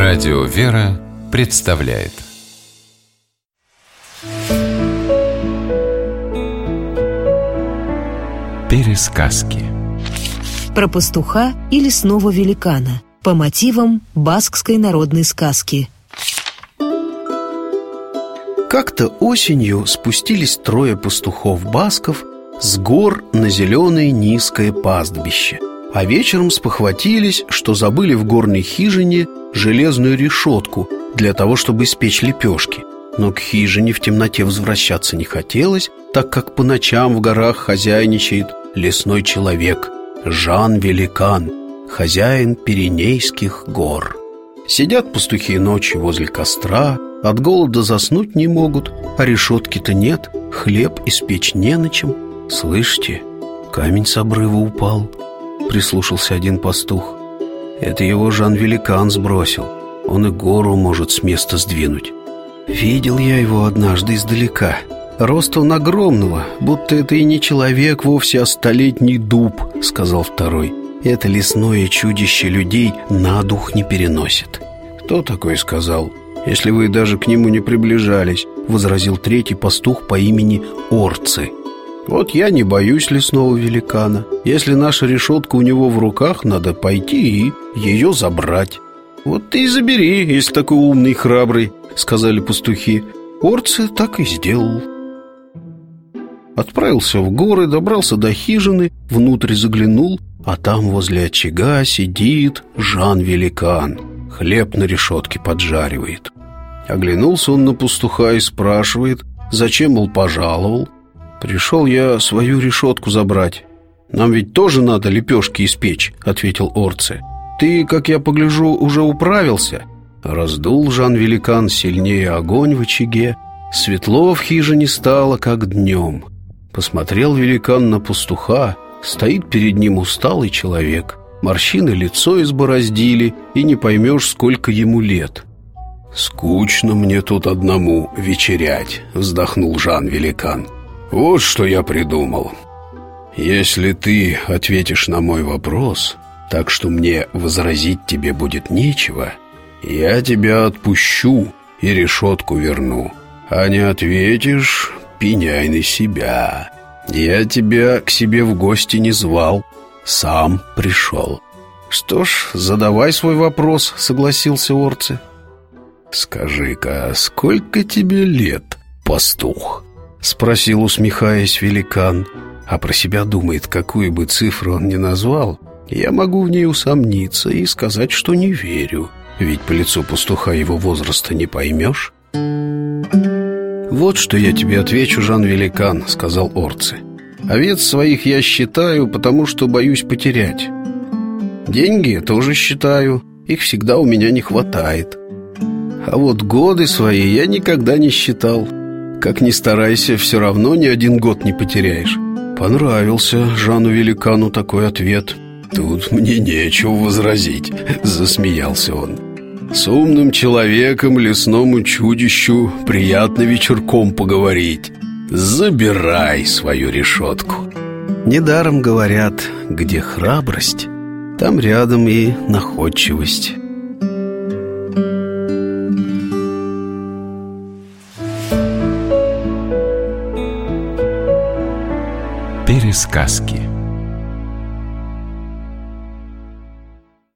Радио «Вера» представляет Пересказки. Про пастуха и лесного великана по мотивам баскской народной сказки. Как-то осенью спустились трое пастухов-басков с гор на зеленое низкое пастбище, а вечером спохватились, что забыли в горной хижине железную решетку для того, чтобы испечь лепешки. Но к хижине в темноте возвращаться не хотелось, так как по ночам в горах хозяйничает лесной человек Жан-Великан, хозяин Пиренейских гор. Сидят пастухи ночью возле костра, от голода заснуть не могут, а решетки-то нет, хлеб испечь не на чем. «Слышите, камень с обрыва упал», — прислушался один пастух. «Это его Жан-Великан сбросил, он и гору может с места сдвинуть. Видел я его однажды издалека. Рост он огромного, будто это и не человек вовсе, а столетний дуб», — сказал второй. «Это лесное чудище людей на дух не переносит». «Кто такой сказал, если вы даже к нему не приближались?» — возразил третий пастух по имени Орцы. «Вот я не боюсь лесного великана. Если наша решетка у него в руках, надо пойти и ее забрать». «Вот ты и забери, если такой умный и храбрый», — сказали пастухи. Орцы так и сделал. Отправился в горы, добрался до хижины, внутрь заглянул, а там возле очага сидит Жан-Великан, хлеб на решетке поджаривает. Оглянулся он на пастуха и спрашивает, зачем, мол, пожаловал. «Пришел я свою решетку забрать. Нам ведь тоже надо лепешки испечь», — ответил Орцы. «Ты, как я погляжу, уже управился?» Раздул Жан-Великан сильнее огонь в очаге. Светло в хижине стало, как днем. Посмотрел великан на пастуха. Стоит перед ним усталый человек. Морщины лицо избороздили, и не поймешь, сколько ему лет. «Скучно мне тут одному вечерять», — вздохнул Жан-Великан. «Вот что я придумал. Если ты ответишь на мой вопрос, так что мне возразить тебе будет нечего, я тебя отпущу и решетку верну. А не ответишь, пеняй на себя. Я тебя к себе в гости не звал, сам пришел». «Что ж, задавай свой вопрос», — согласился Орцы. «Скажи-ка, сколько тебе лет, пастух?» — спросил, усмехаясь, великан. А про себя думает, какую бы цифру он ни назвал, я могу в ней усомниться и сказать, что не верю, ведь по лицу пастуха его возраста не поймешь. «Вот что я тебе отвечу, Жан-Великан», — сказал Орцы. «Овец своих я считаю, потому что боюсь потерять. Деньги тоже считаю, их всегда у меня не хватает. А вот годы свои я никогда не считал. Как ни старайся, все равно ни один год не потеряешь». Понравился Жану-Великану такой ответ. «Тут мне нечего возразить», — засмеялся он. «С умным человеком, лесному чудищу, приятно вечерком поговорить. Забирай свою решетку». Недаром говорят, где храбрость, там рядом и находчивость. Пересказки.